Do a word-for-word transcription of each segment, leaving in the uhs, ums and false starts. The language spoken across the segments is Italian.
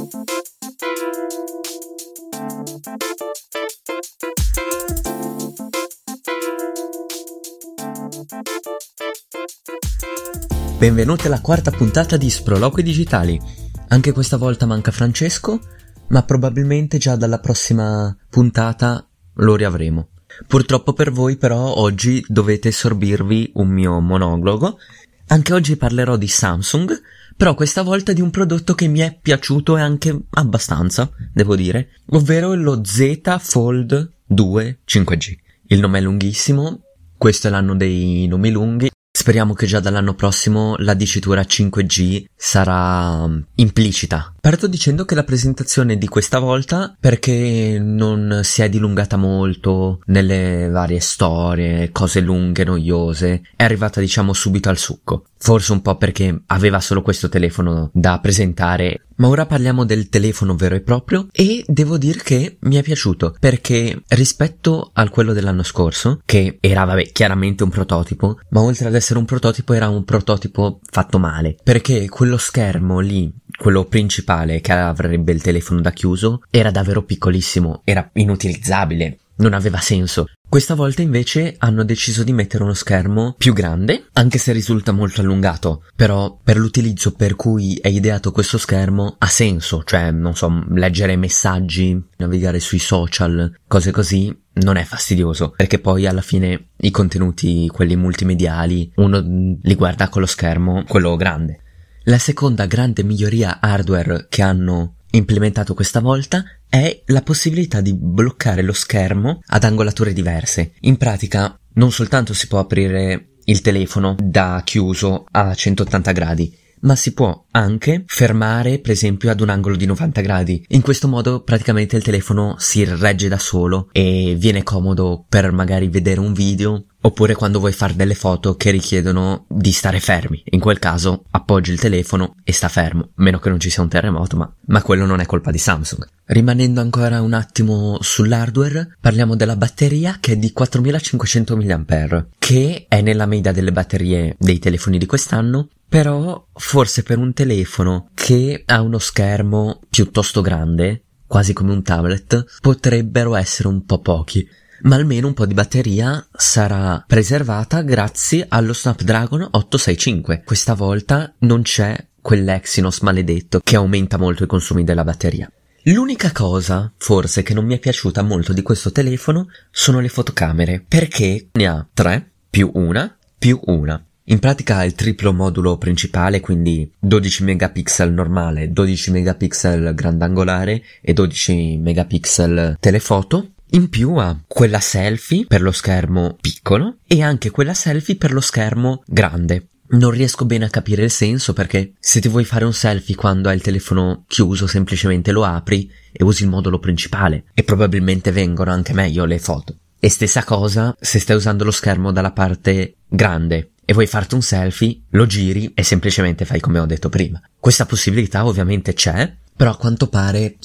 Benvenuti alla quarta puntata di Sproloqui Digitali. Anche questa volta manca Francesco, ma probabilmente già dalla prossima puntata lo riavremo. Purtroppo per voi però oggi dovete sorbirvi un mio monologo. Anche oggi parlerò di Samsung, però questa volta di un prodotto che mi è piaciuto e anche abbastanza, devo dire, ovvero lo Z Fold due cinque G. Il nome è lunghissimo, questo è l'anno dei nomi lunghi. Speriamo che già dall'anno prossimo la dicitura cinque G sarà implicita. Parto dicendo che la presentazione di questa volta, perché non si è dilungata molto nelle varie storie, cose lunghe, noiose, è arrivata diciamo subito al succo. Forse un po' perché aveva solo questo telefono da presentare, ma ora parliamo del telefono vero e proprio e devo dire che mi è piaciuto perché rispetto a quello dell'anno scorso, che era vabbè chiaramente un prototipo, ma oltre ad essere un prototipo era un prototipo fatto male, perché quello schermo lì, quello principale che avrebbe il telefono da chiuso, era davvero piccolissimo, era inutilizzabile, non aveva senso. Questa volta invece hanno deciso di mettere uno schermo più grande, anche se risulta molto allungato, però per l'utilizzo per cui è ideato questo schermo ha senso, cioè non so, leggere messaggi, navigare sui social, cose così, non è fastidioso, perché poi alla fine i contenuti, quelli multimediali, uno li guarda con lo schermo, quello grande. La seconda grande miglioria hardware che hanno implementato questa volta è la possibilità di bloccare lo schermo ad angolature diverse. In pratica non soltanto si può aprire il telefono da chiuso a centottanta gradi, ma si può anche fermare per esempio ad un angolo di novanta gradi. In questo modo praticamente il telefono si regge da solo e viene comodo per magari vedere un video oppure quando vuoi fare delle foto che richiedono di stare fermi. In quel caso appoggi il telefono e sta fermo, meno che non ci sia un terremoto, ma, ma quello non è colpa di Samsung. Rimanendo ancora un attimo sull'hardware, parliamo della batteria che è di quattromilacinquecento milliampere, che è nella media delle batterie dei telefoni di quest'anno, però forse per un telefono che ha uno schermo piuttosto grande, quasi come un tablet, potrebbero essere un po' pochi. Ma almeno un po' di batteria sarà preservata grazie allo Snapdragon ottocentosessantacinque. Questa volta non c'è quell'Exynos maledetto che aumenta molto i consumi della batteria. L'unica cosa, forse, che non mi è piaciuta molto di questo telefono sono le fotocamere, perché ne ha tre, più una, più una. In pratica ha il triplo modulo principale, quindi dodici megapixel normale, dodici megapixel grandangolare e dodici megapixel telefoto. In più ha quella selfie per lo schermo piccolo e anche quella selfie per lo schermo grande. Non riesco bene a capire il senso perché se ti vuoi fare un selfie quando hai il telefono chiuso semplicemente lo apri e usi il modulo principale e probabilmente vengono anche meglio le foto. E stessa cosa se stai usando lo schermo dalla parte grande e vuoi farti un selfie, lo giri e semplicemente fai come ho detto prima. Questa possibilità ovviamente c'è, però a quanto pare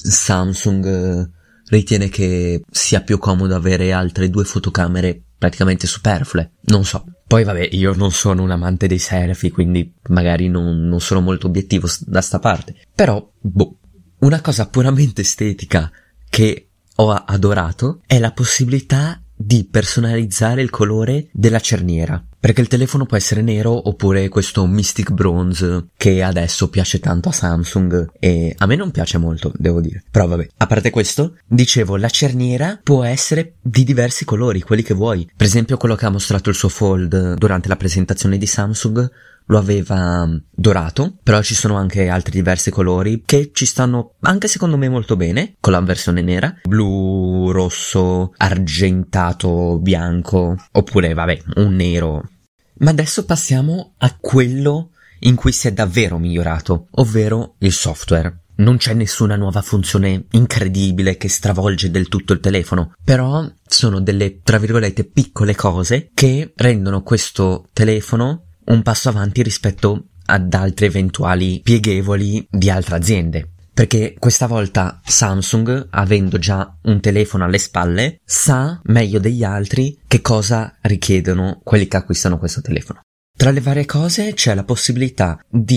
Samsung ritiene che sia più comodo avere altre due fotocamere praticamente superflue. Non so. Poi vabbè, io non sono un amante dei selfie, quindi magari non, non sono molto obiettivo da sta parte. Però, boh. Una cosa puramente estetica che ho adorato è la possibilità di personalizzare il colore della cerniera, perché il telefono può essere nero oppure questo Mystic Bronze che adesso piace tanto a Samsung e a me non piace molto, devo dire, però vabbè. A parte questo, dicevo, la cerniera può essere di diversi colori, quelli che vuoi. Per esempio quello che ha mostrato il suo Fold durante la presentazione di Samsung lo aveva dorato, però ci sono anche altri diversi colori che ci stanno anche secondo me molto bene con la versione nera, blu, rosso, argentato, bianco, oppure vabbè un nero. Ma adesso passiamo a quello in cui si è davvero migliorato, ovvero il software. Non c'è nessuna nuova funzione incredibile che stravolge del tutto il telefono, però sono delle, tra virgolette, piccole cose che rendono questo telefono un passo avanti rispetto ad altri eventuali pieghevoli di altre aziende. Perché questa volta Samsung, avendo già un telefono alle spalle, sa meglio degli altri che cosa richiedono quelli che acquistano questo telefono. Tra le varie cose c'è la possibilità di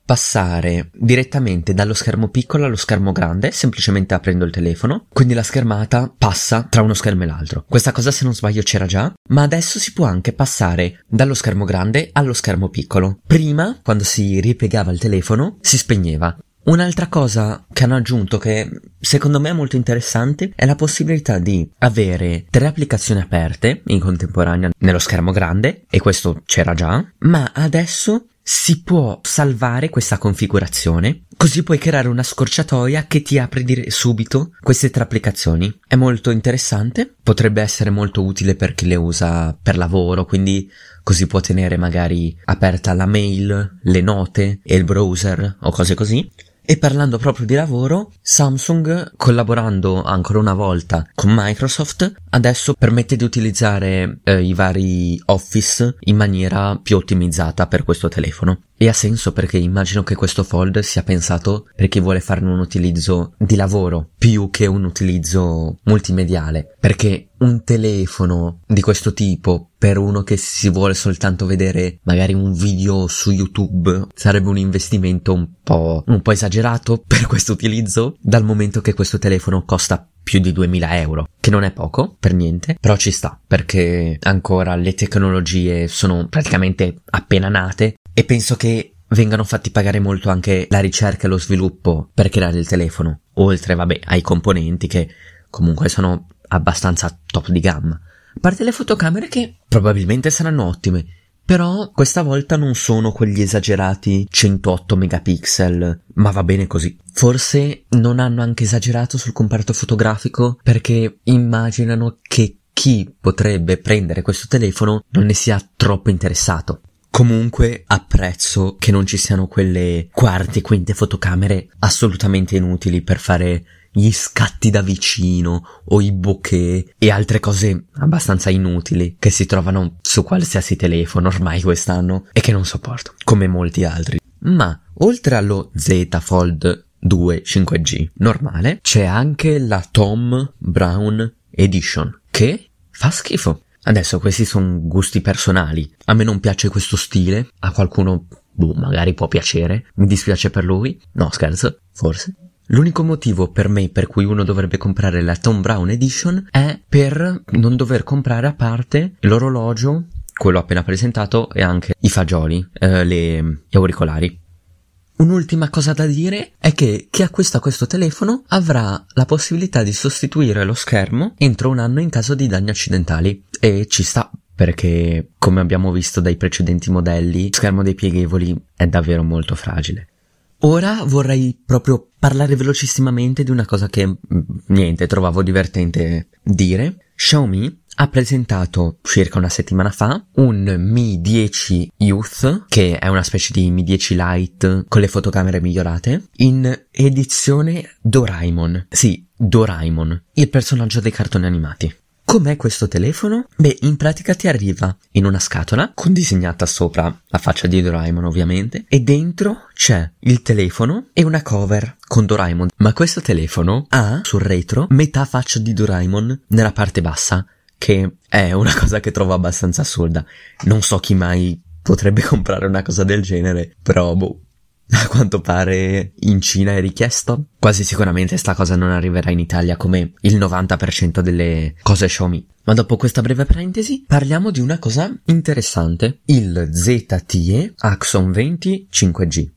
passare direttamente dallo schermo piccolo allo schermo grande, semplicemente aprendo il telefono, quindi la schermata passa tra uno schermo e l'altro. Questa cosa, se non sbaglio, c'era già, ma adesso si può anche passare dallo schermo grande allo schermo piccolo. Prima, quando si ripiegava il telefono, si spegneva. Un'altra cosa che hanno aggiunto, che secondo me è molto interessante, è la possibilità di avere tre applicazioni aperte in contemporanea nello schermo grande, e questo c'era già, ma adesso si può salvare questa configurazione, così puoi creare una scorciatoia che ti apre dire subito queste tre applicazioni. È molto interessante, potrebbe essere molto utile per chi le usa per lavoro, quindi così può tenere magari aperta la mail, le note e il browser o cose così. E parlando proprio di lavoro, Samsung, collaborando ancora una volta con Microsoft, adesso permette di utilizzare eh, i vari Office in maniera più ottimizzata per questo telefono. E ha senso, perché immagino che questo Fold sia pensato per chi vuole farne un utilizzo di lavoro più che un utilizzo multimediale, perché un telefono di questo tipo per uno che si vuole soltanto vedere magari un video su YouTube sarebbe un investimento un po' un po' esagerato per questo utilizzo, dal momento che questo telefono costa più di duemila euro, che non è poco per niente, però ci sta, perché ancora le tecnologie sono praticamente appena nate e penso che vengano fatti pagare molto anche la ricerca e lo sviluppo per creare il telefono, oltre vabbè ai componenti che comunque sono abbastanza top di gamma. A parte le fotocamere, che probabilmente saranno ottime, però questa volta non sono quegli esagerati centootto megapixel, ma va bene così. Forse non hanno anche esagerato sul comparto fotografico, perché immaginano che chi potrebbe prendere questo telefono non ne sia troppo interessato. Comunque apprezzo che non ci siano quelle quarte e quinte fotocamere assolutamente inutili per fare gli scatti da vicino o i bokeh e altre cose abbastanza inutili che si trovano su qualsiasi telefono ormai quest'anno e che non sopporto, come molti altri. Ma oltre allo Z Fold due cinque G normale, c'è anche la Thom Browne Edition, che fa schifo. Adesso questi sono gusti personali, a me non piace questo stile, a qualcuno boh, magari può piacere, mi dispiace per lui, no scherzo, forse. L'unico motivo per me per cui uno dovrebbe comprare la Thom Browne Edition è per non dover comprare a parte l'orologio, quello appena presentato, e anche i fagioli, eh, le gli auricolari. Un'ultima cosa da dire è che chi acquista questo telefono avrà la possibilità di sostituire lo schermo entro un anno in caso di danni accidentali, e ci sta, perché come abbiamo visto dai precedenti modelli, lo schermo dei pieghevoli è davvero molto fragile. Ora vorrei proprio parlare velocissimamente di una cosa che, niente, trovavo divertente dire. Xiaomi ha presentato circa una settimana fa un Mi dieci Youth, che è una specie di Mi dieci Lite con le fotocamere migliorate, in edizione Doraemon. Sì, Doraemon, il personaggio dei cartoni animati. Com'è questo telefono? Beh, in pratica ti arriva in una scatola con disegnata sopra la faccia di Doraemon, ovviamente, e dentro c'è il telefono e una cover con Doraemon. Ma questo telefono ha sul retro metà faccia di Doraemon nella parte bassa, che è una cosa che trovo abbastanza assurda. Non so chi mai potrebbe comprare una cosa del genere, però boh, a quanto pare in Cina è richiesto. Quasi sicuramente sta cosa non arriverà in Italia, come il novanta per cento delle cose Xiaomi. Ma dopo questa breve parentesi parliamo di una cosa interessante, il Z T E Axon venti cinque G.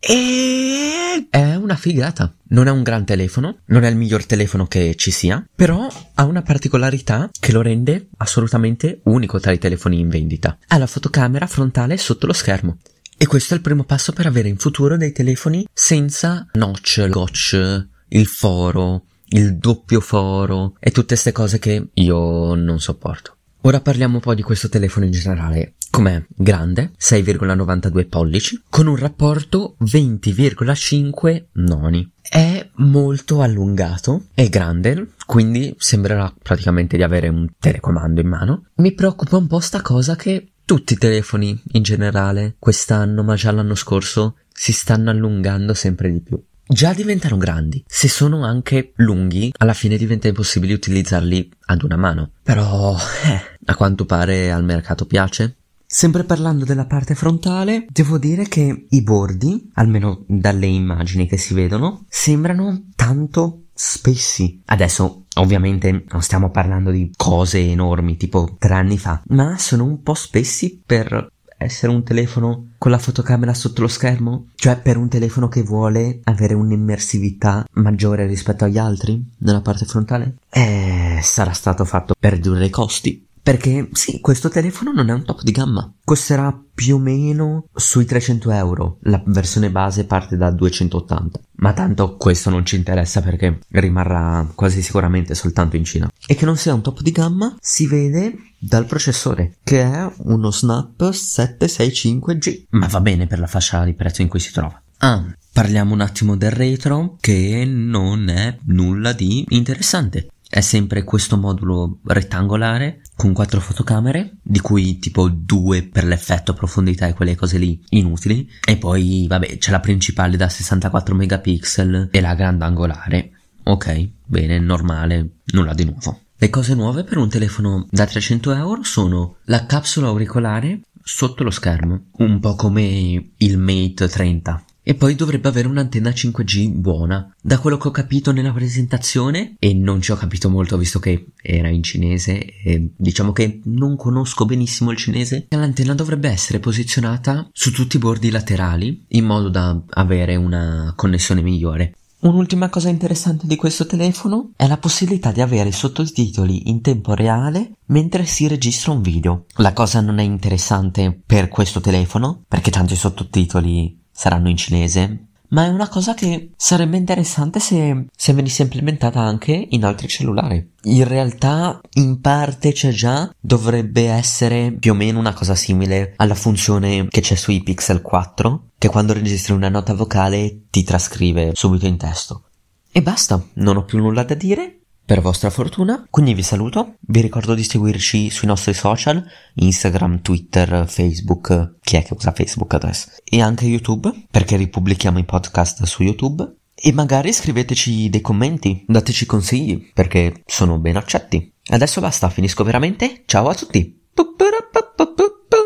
E è una figata. Non è un gran telefono, non è il miglior telefono che ci sia, però ha una particolarità che lo rende assolutamente unico tra i telefoni in vendita. Ha la fotocamera frontale sotto lo schermo. E questo è il primo passo per avere in futuro dei telefoni senza notch, gotch, il foro, il doppio foro e tutte ste cose che io non sopporto. Ora parliamo un po' di questo telefono in generale. Com'è? Grande, sei virgola novantadue pollici, con un rapporto venti virgola cinque noni. È molto allungato, è grande, quindi sembrerà praticamente di avere un telecomando in mano. Mi preoccupa un po' sta cosa che tutti i telefoni in generale quest'anno, ma già l'anno scorso, si stanno allungando sempre di più. Già diventano grandi, se sono anche lunghi, alla fine diventa impossibile utilizzarli ad una mano. Però, eh, a quanto pare al mercato piace. Sempre parlando della parte frontale, devo dire che i bordi, almeno dalle immagini che si vedono, sembrano tanto spessi. Adesso ovviamente non stiamo parlando di cose enormi tipo tre anni fa, ma sono un po' spessi per essere un telefono con la fotocamera sotto lo schermo, cioè per un telefono che vuole avere un'immersività maggiore rispetto agli altri nella parte frontale. Eh, sarà stato fatto per ridurre i costi. Perché sì, questo telefono non è un top di gamma, costerà più o meno sui trecento euro, la versione base parte da duecentottanta, ma tanto questo non ci interessa perché rimarrà quasi sicuramente soltanto in Cina. E che non sia un top di gamma si vede dal processore, che è uno Snap sette sei cinque G, ma va bene per la fascia di prezzo in cui si trova. Ah, parliamo un attimo del retro, che non è nulla di interessante. È sempre questo modulo rettangolare con quattro fotocamere, di cui tipo due per l'effetto profondità e quelle cose lì inutili, e poi vabbè c'è la principale da sessantaquattro megapixel e la grandangolare. Ok, bene, normale, nulla di nuovo. Le cose nuove per un telefono da trecento euro sono la capsula auricolare sotto lo schermo, un po' come il Mate trenta. E poi dovrebbe avere un'antenna cinque G buona. Da quello che ho capito nella presentazione, e non ci ho capito molto visto che era in cinese e diciamo che non conosco benissimo il cinese, l'antenna dovrebbe essere posizionata su tutti i bordi laterali in modo da avere una connessione migliore. Un'ultima cosa interessante di questo telefono è la possibilità di avere i sottotitoli in tempo reale mentre si registra un video. La cosa non è interessante per questo telefono perché tanto i sottotitoli saranno in cinese, ma è una cosa che sarebbe interessante se, se venisse implementata anche in altri cellulari. In realtà in parte c'è già, dovrebbe essere più o meno una cosa simile alla funzione che c'è sui Pixel quattro, che quando registri una nota vocale ti trascrive subito in testo. E basta, non ho più nulla da dire. Per vostra fortuna, quindi vi saluto, vi ricordo di seguirci sui nostri social, Instagram, Twitter, Facebook, chi è che usa Facebook adesso? E anche YouTube, perché ripubblichiamo i podcast su YouTube, e magari scriveteci dei commenti, dateci consigli, perché sono ben accetti. Adesso basta, finisco veramente, ciao a tutti!